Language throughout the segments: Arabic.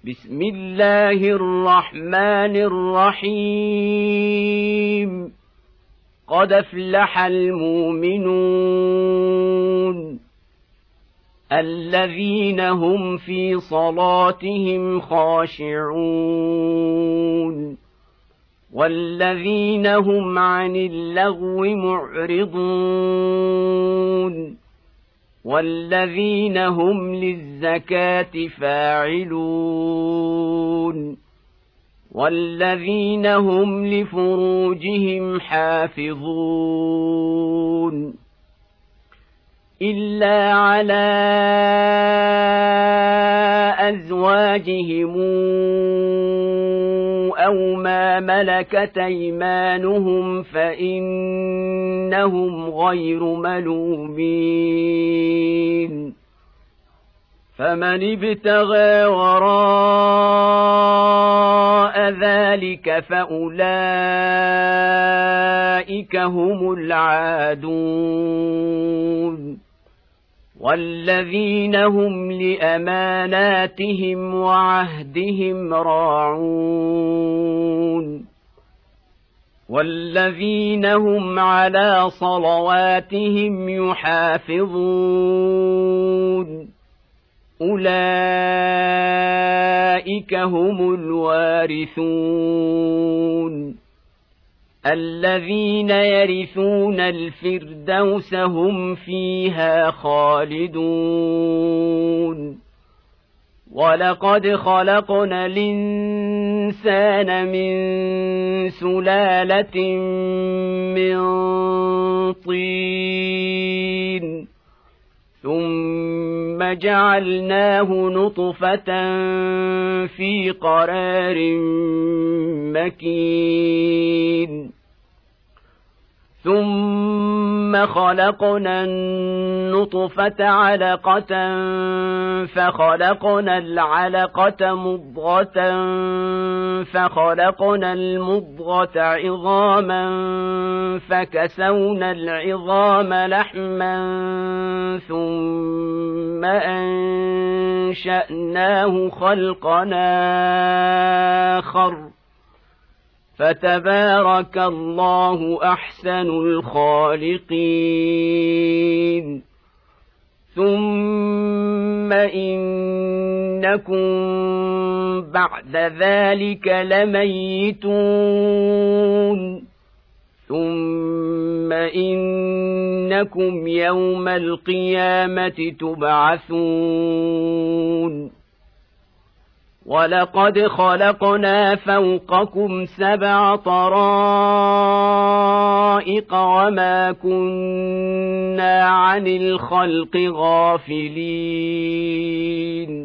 بسم الله الرحمن الرحيم قد أفلح المؤمنون الذين هم في صلاتهم خاشعون والذين هم عن اللغو معرضون والذين هم للزكاة فاعلون والذين هم لفروجهم حافظون إلا على أزواجهم أو ما ملكت أيمانهم فإنهم غير ملومين فمن ابتغى وراء ذلك فأولئك هم العادون والذين هم لأماناتهم وعهدهم راعون والذين هم على صلواتهم يحافظون أولئك هم الوارثون الذين يرثون الفردوس هم فيها خالدون ولقد خلقنا الإنسان من سلالة من طين ثم جعلناه نطفة في قرار مكين ثم خلقنا النطفة علقة فخلقنا العلقة مضغة فخلقنا المضغة عظاما فكسونا العظام لحما ثم أنشأناه خلقا آخر فتبارك الله أحسن الخالقين ثم إنكم بعد ذلك لميتون ثم إنكم يوم القيامة تبعثون ولقد خلقنا فوقكم 7 طرائق وما كنا عن الخلق غافلين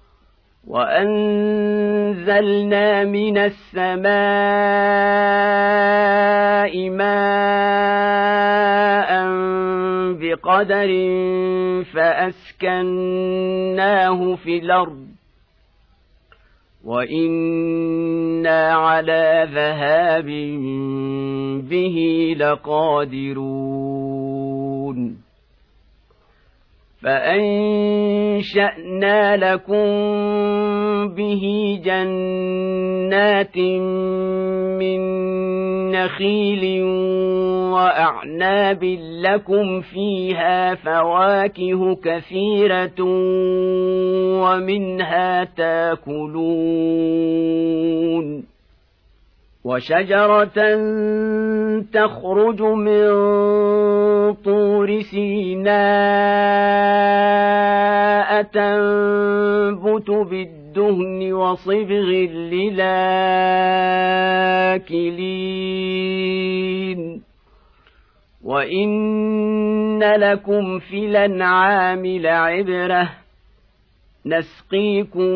وأنزلنا من السماء ماء بقدر فأسكناه في الأرض وإنا على ذهاب به لقادرون فأنشأنا لكم به جنات من نخيل وأعناب لكم فيها فواكه كثيرة ومنها تاكلون وشجرة تخرج من طور سيناء تنبت بالدهن وصبغ للآكلين وإن لكم في الأنعام لعبرة نسقيكم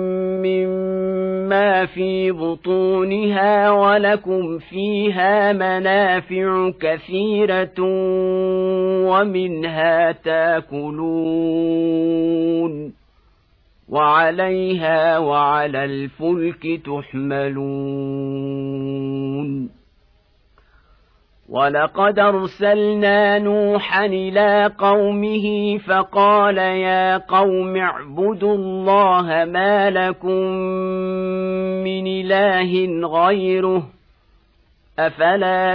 مما في بطونها ولكم فيها منافع كثيرة ومنها تاكلون وعليها وعلى الفلك تحملون ولقد أرسلنا نوحا إلى قومه فقال يا قوم اعبدوا الله ما لكم من إله غيره أفلا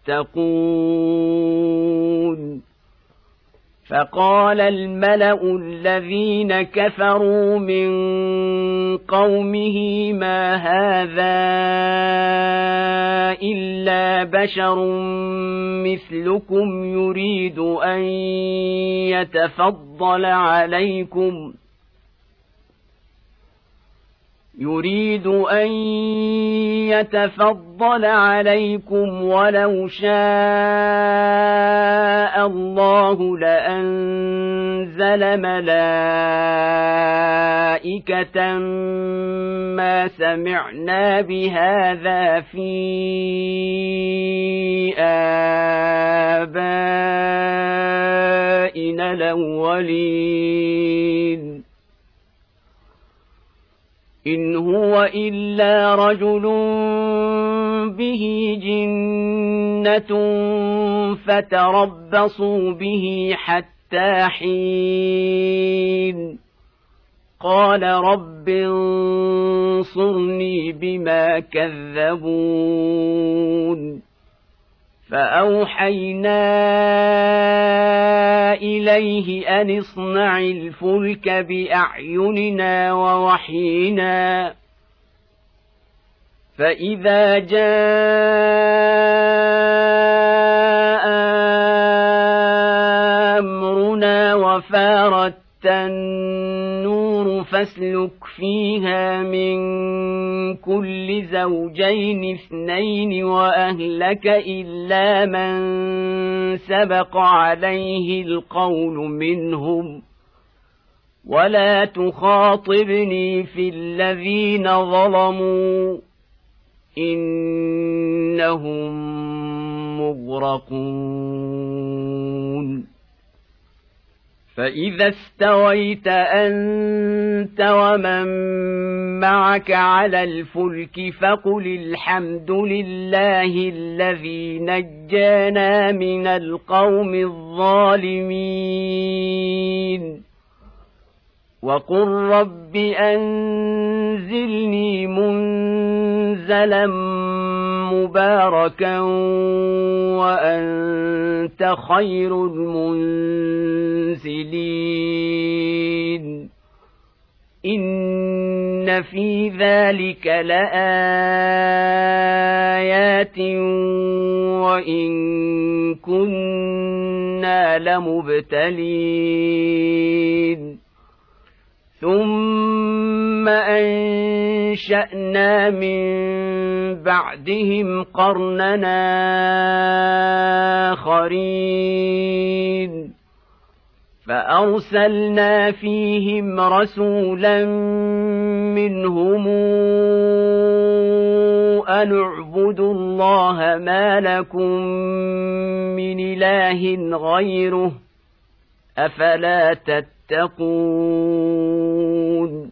تتقون فقال الملأ الذين كفروا من قومه ما هذا إلا بشر مثلكم يريد أن يتفضل عليكم ولو شاء الله لأنزل ملائكة ما سمعنا بهذا في آبائنا الأولين إن هو إلا رجل به جنة فتربصوا به حتى حين قال رب انصرني بما كذبون فأوحينا إليه أن اصنع الفلك بأعيننا ووحينا فإذا جاء أمرنا وفارت النور فاسلك فيها من كل زوجين اثنين وأهلك إلا من سبق عليه القول منهم ولا تخاطبني في الذين ظلموا إنهم مغرقون فإذا استويت أنت ومن معك على الفلك فقل الحمد لله الذي نجانا من القوم الظالمين وقل رب أنزلني منزلا مباركا وأنت خير المنزلين إن في ذلك لآيات وإن كنا لمبتلين ثم أنشأنا من بعدهم قرننا آخرين فأرسلنا فيهم رسولا منهم أن اعبدوا الله ما لكم من إله غيره أفلا تتقون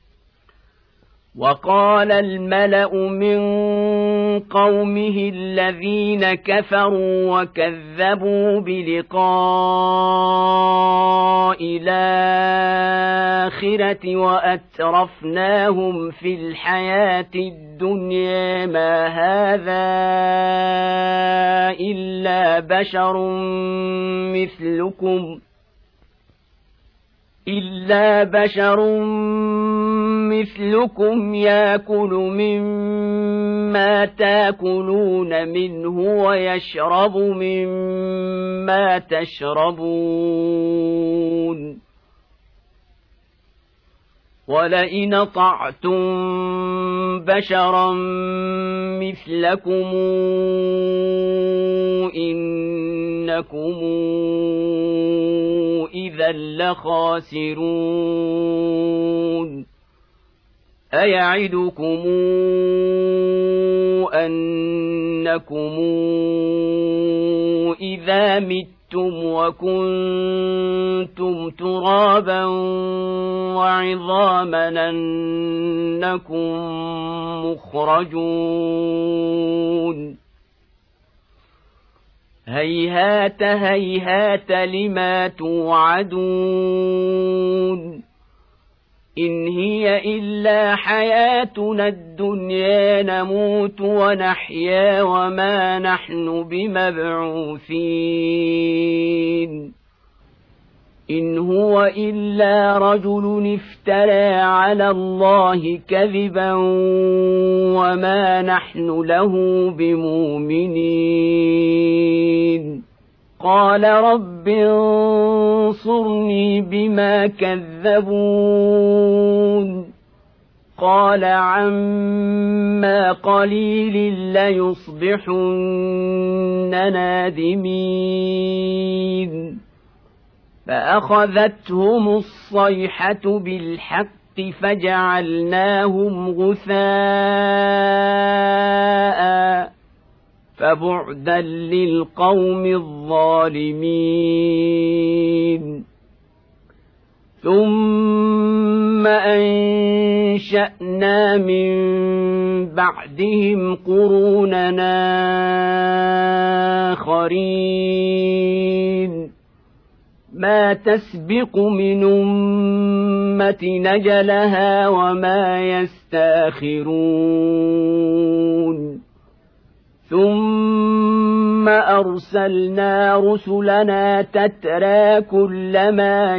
وقال الملأ من قومه الذين كفروا وكذبوا بلقاء الآخرة وأترفناهم في الحياة الدنيا ما هذا إلا بشر مثلكم يأكل مما تأكلون منه ويشرب مما تشربون ولئن أطعتم بشرا مثلكم إنكم إذا لخاسرون أيعدكم أنكم إذا متم وكنتم ترابا وعظاما أنكم مخرجون هيهات هيهات لما توعدون إن هي إلا حياتنا الدنيا نموت ونحيا وما نحن بمبعوثين إن هو إلا رجل افترى على الله كذبا وما نحن له بمؤمنين قال رب انصرني بما كذبون قال عما قليل ليصبحن نادمين فأخذتهم الصيحة بالحق فجعلناهم غثاء فبعدا للقوم الظالمين ثم أنشأنا من بعدهم قروننا آخرين ما تسبق من أمة نجلها وما يستاخرون ثم أرسلنا رسلنا تترى كلما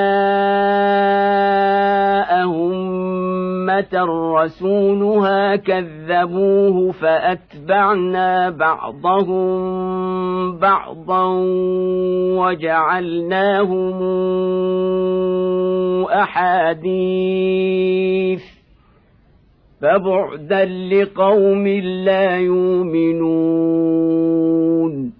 جاءهم أمة رسولها كذبوه فأتبعنا بعضهم بعضا وجعلناهم أحاديث فبعدا لقوم لا يؤمنون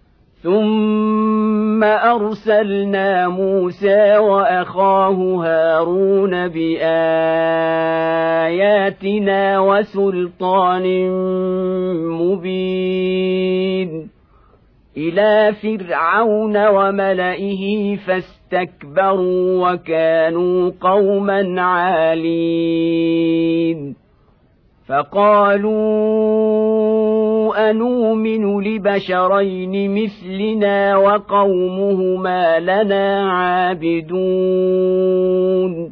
ثم أرسلنا موسى وأخاه هارون بآياتنا وسلطان مبين إلى فرعون وملئه فاستكبروا وكانوا قوما عالين فقالوا أنؤمن لبشرين مثلنا وقومهما لنا عابدون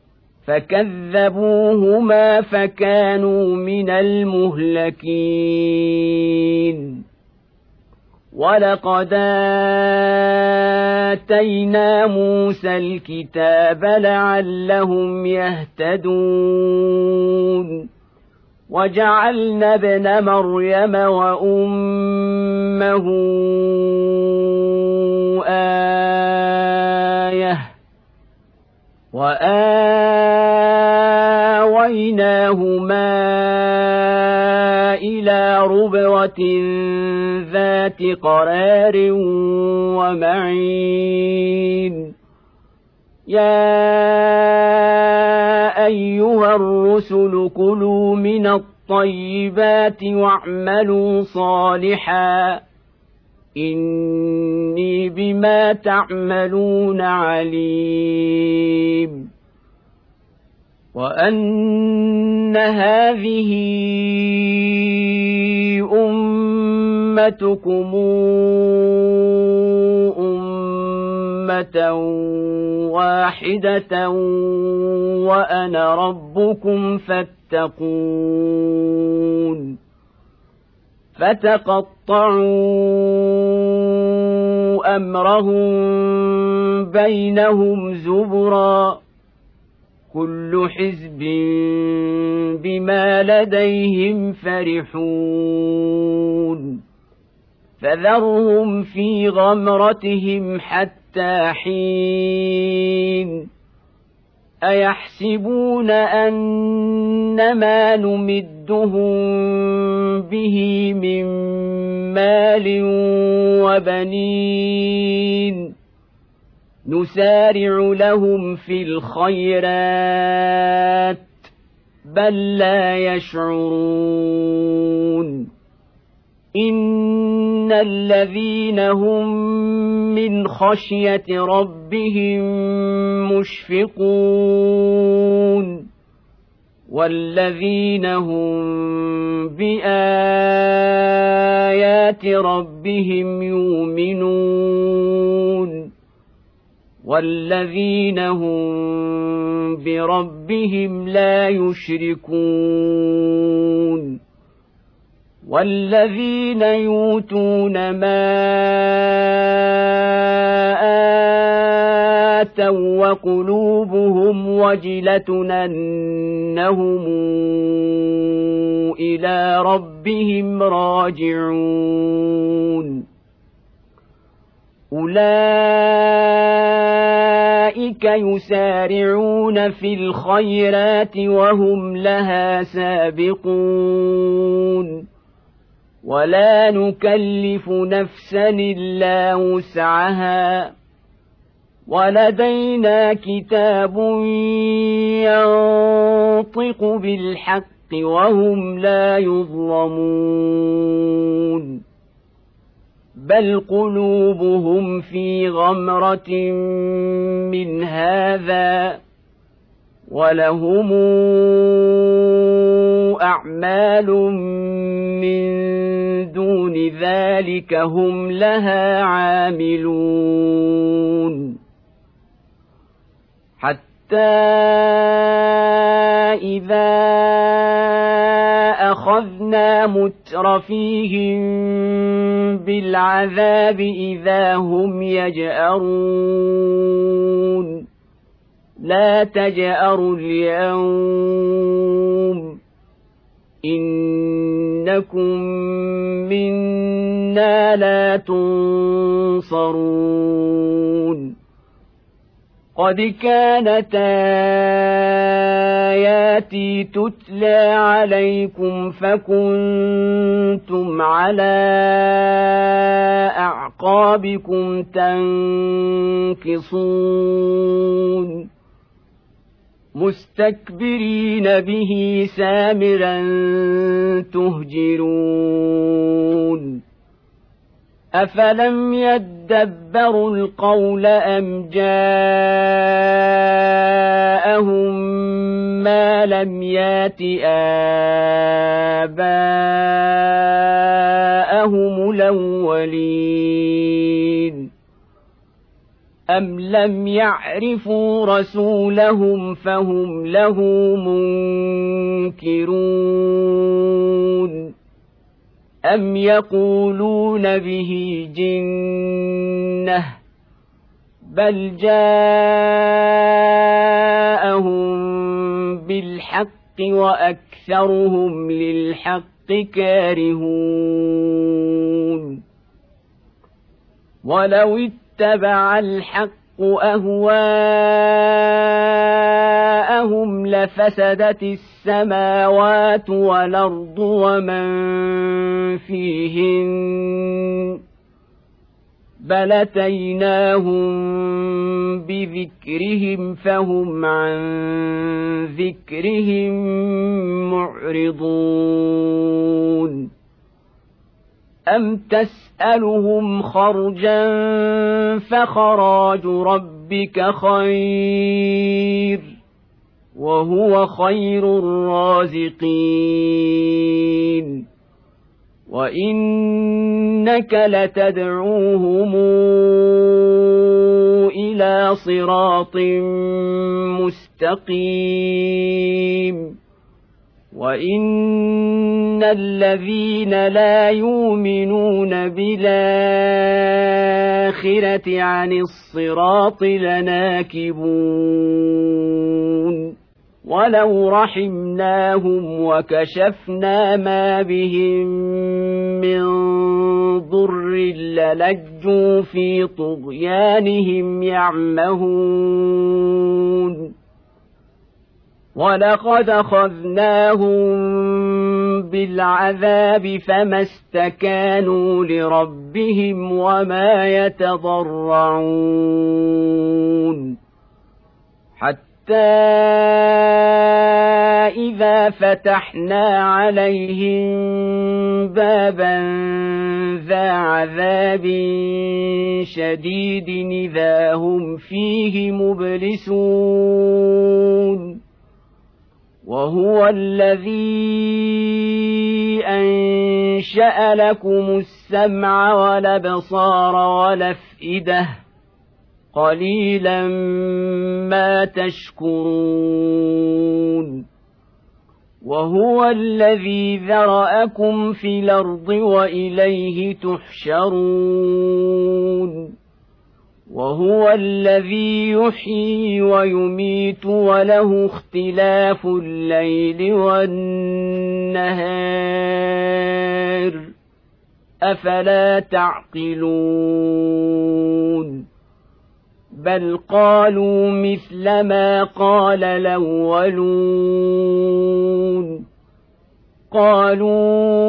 فكذبوهما فكانوا من المهلكين ولقد آتينا موسى الكتاب لعلهم يهتدون وجعلنا ابن مريم وأمه آية وآويناهما إلى ربوة ذات قرار ومعين يا أيها الرسل كلوا من الطيبات واعملوا صالحا إني بما تعملون عليم وأن هذه أمتكم أمة واحدة وأنا ربكم فاتقون فتقطعوا أمرهم بينهم زبرا كل حزب بما لديهم فرحون فذرهم في غمرتهم حتى حين أيحسبون أنما نمدهم به من مال وبنين نسارع لهم في الخيرات بل لا يشعرون إن الذين هم من خشية ربهم مشفقون والذين هم بآيات ربهم يؤمنون والذين هم بربهم لا يشركون والذين يؤتون ما آتوا وقلوبهم وجلة أنهم إلى ربهم راجعون أولئك يسارعون في الخيرات وهم لها سابقون ولا نكلف نفسا إلا وسعها ولدينا كتاب ينطق بالحق وهم لا يظلمون بل قلوبهم في غمرة من هذا ولهم أعمال من دون ذلك هم لها عاملون حتى إذا أخذنا مترفيهم بالعذاب إذا هم يجأرون لا تجأروا اليوم إنكم منا لا تنصرون قد كانت آياتي تتلى عليكم فكنتم على أعقابكم تنكصون مستكبرين به سامرا تهجرون أفلم يدبروا القول أم جاءهم ما لم يات آباءهم الأولين أم لم يعرفوا رسولهم فهم له منكرون أم يقولون به جنة بل جاءهم بالحق وأكثرهم للحق كارهون ولو اتبع الحق أهواءهم لفسدت السماوات والأرض ومن فيهن بل أتيناهم بذكرهم فهم عن ذكرهم معرضون أم تسألهم خرجا فخراج ربك خير وهو خير الرازقين وإنك لتدعوهم إلى صراط مستقيم وإن الذين لا يؤمنون بالآخرة عن الصراط لناكبون ولو رحمناهم وكشفنا ما بهم من ضر للجوا في طغيانهم يعمهون ولقد أخذناهم بالعذاب فما استكانوا لربهم وما يتضرعون حتى إذا فتحنا عليهم بابا ذا عذاب شديد إذا هم فيه مبلسون وهو الذي أنشأ لكم السمع والأبصار والأفئدة قليلا ما تشكرون وهو الذي ذرأكم في الأرض وإليه تحشرون وهو الذي يحيي ويميت وله اختلاف الليل والنهار أفلا تعقلون بل قالوا مثل ما قال الأولون قالوا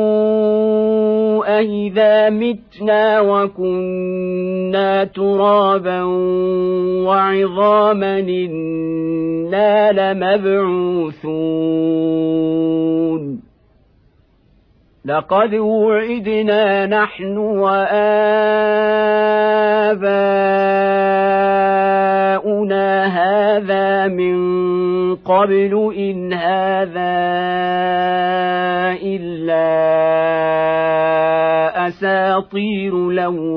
أإذا متنا وكنا ترابا وعظاما إنا لمبعوثون لقد وعدنا نحن وآباؤنا هذا من قبل إن هذا إلا أساطير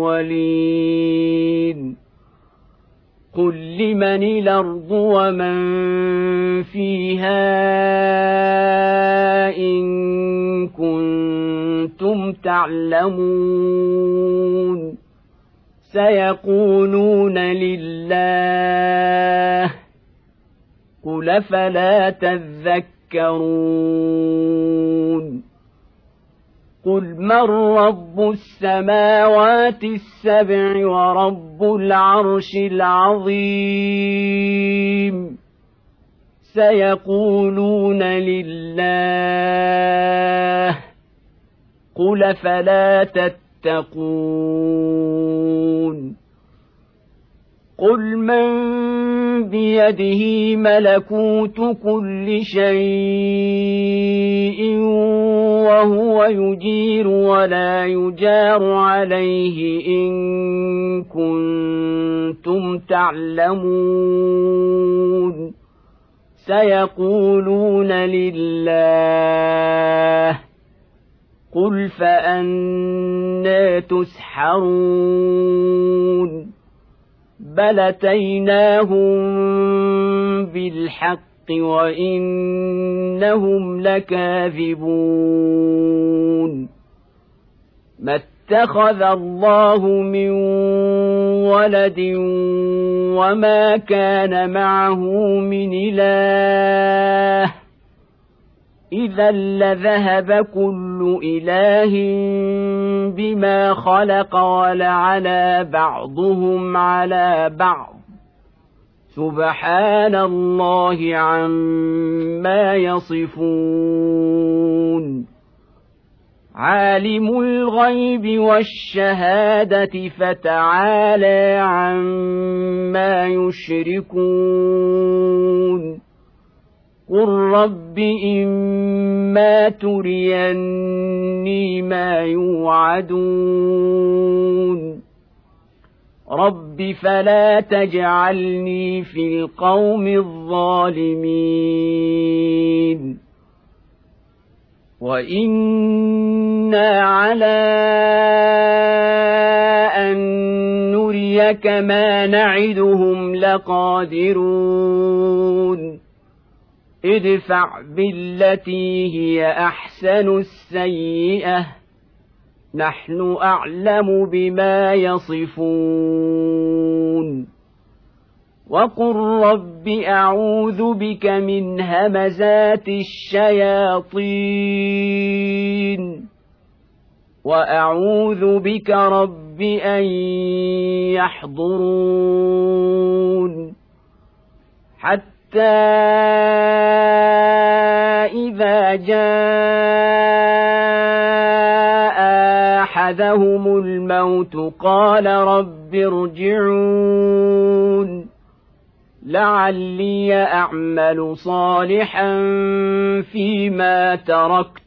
الأولين قل لمن الأرض ومن فيها إن كنتم تعلمون سيقولون لله قل فلا تذكرون قل من رب السماوات السبع ورب العرش العظيم سيقولون لله قل فلا تتقون قل من بيده ملكوت كل شيء وهو يجير ولا يجار عليه إن كنتم تعلمون سيقولون لله قل فأنى تسحرون بل أتيناهم بالحق وإنهم لكاذبون ما اتخذ الله من ولد وما كان معه من إله إذا لذهب كل إله بما خلق ولعلى بعضهم على بعض سبحان الله عما يصفون عالم الغيب والشهادة فتعالى عما يشركون قل رب إما تريني ما يوعدون رب فلا تجعلني في القوم الظالمين وإنا على أن نريك ما نعدهم لقادرون ادفع بالتي هي أحسن السيئة نحن أعلم بما يصفون وقل رب أعوذ بك من همزات الشياطين وأعوذ بك رب أن يحضرون حتى إذا جاء أحدهم الموت قال رب ارجعون لعلي أعمل صالحا فيما تركت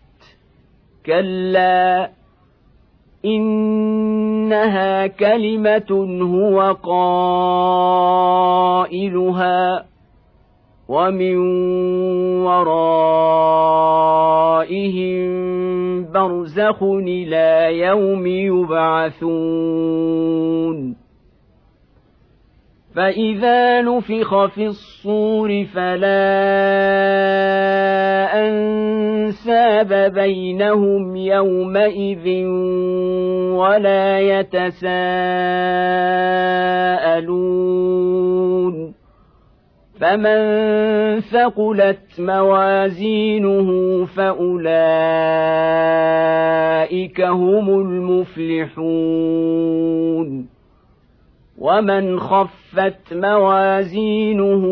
كلا إنها كلمة هو قائلها ومن ورائهم برزخ إلى يوم يبعثون فإذا نفخ في الصور فلا أنساب بينهم يومئذ ولا يتساءلون فمن ثقلت موازينه فأولئك هم المفلحون ومن خفت موازينه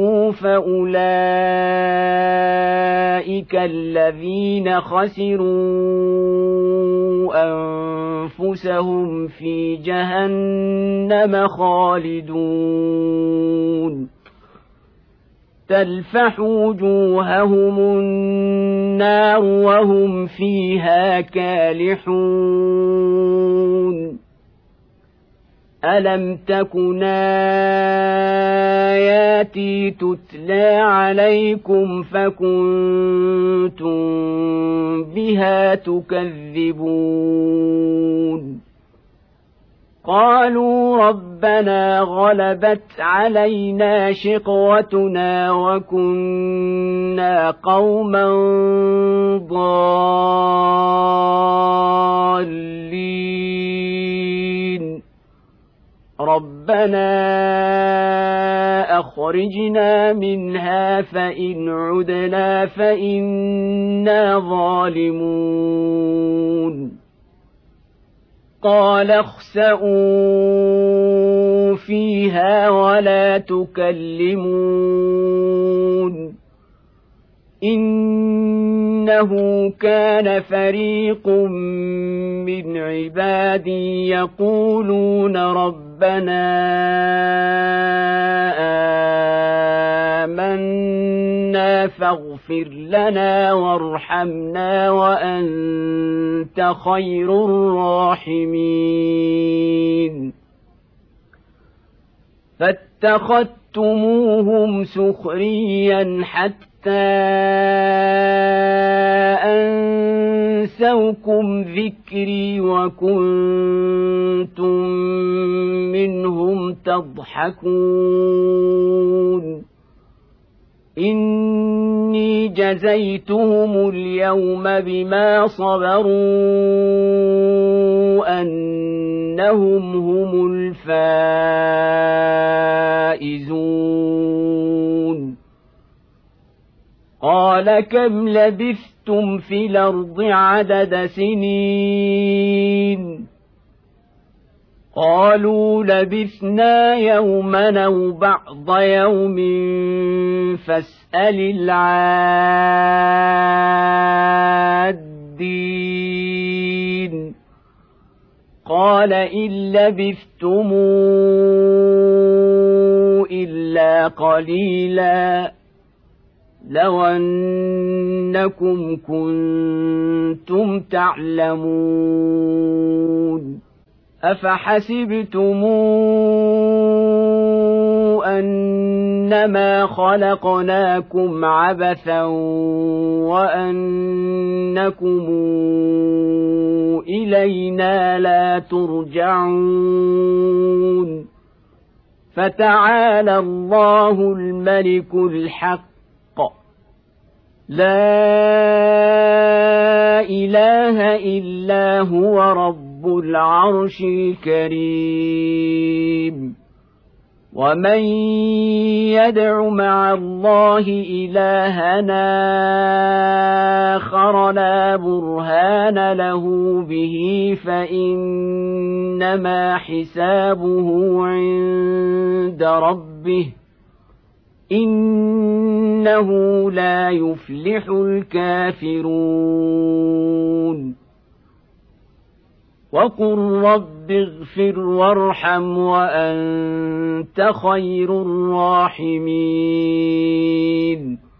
فأولئك الذين خسروا أنفسهم في جهنم خالدون تلفح وجوههم النار وهم فيها كالحون ألم تكن آياتي تتلى عليكم فكنتم بها تكذبون قالوا ربنا غلبت علينا شقوتنا وكنا قوما ضالين ربنا أخرجنا منها فإن عدنا فإنا ظالمون قال اخسئوا فيها ولا تكلمون إنه كان فريق من عبادي يقولون ربنا آمنا فاغفر لنا وارحمنا وأنت خير الراحمين فاتخذتموهم سخريا حتى أنسوكم ذكري وكنتم منهم تضحكون إني جزيتهم اليوم بما صبروا أنهم هم الفائزون قال كم لبثتم في الأرض عدد سنين قالوا لبثنا يوما أو بعض يوم فاسأل العادين قال إن لبثتم إلا قليلا لو أنكم كنتم تعلمون أفحسبتم أنما خلقناكم عبثا وأنكم إلينا لا ترجعون فتعالى الله الملك الحق لا إله إلا هو رب العرش الكريم ومن يدع مع الله إلهنا آخر لا برهان له به فإنما حسابه عند ربه إنه لا يفلح الكافرون وقل رب اغفر وارحم وأنت خير الراحمين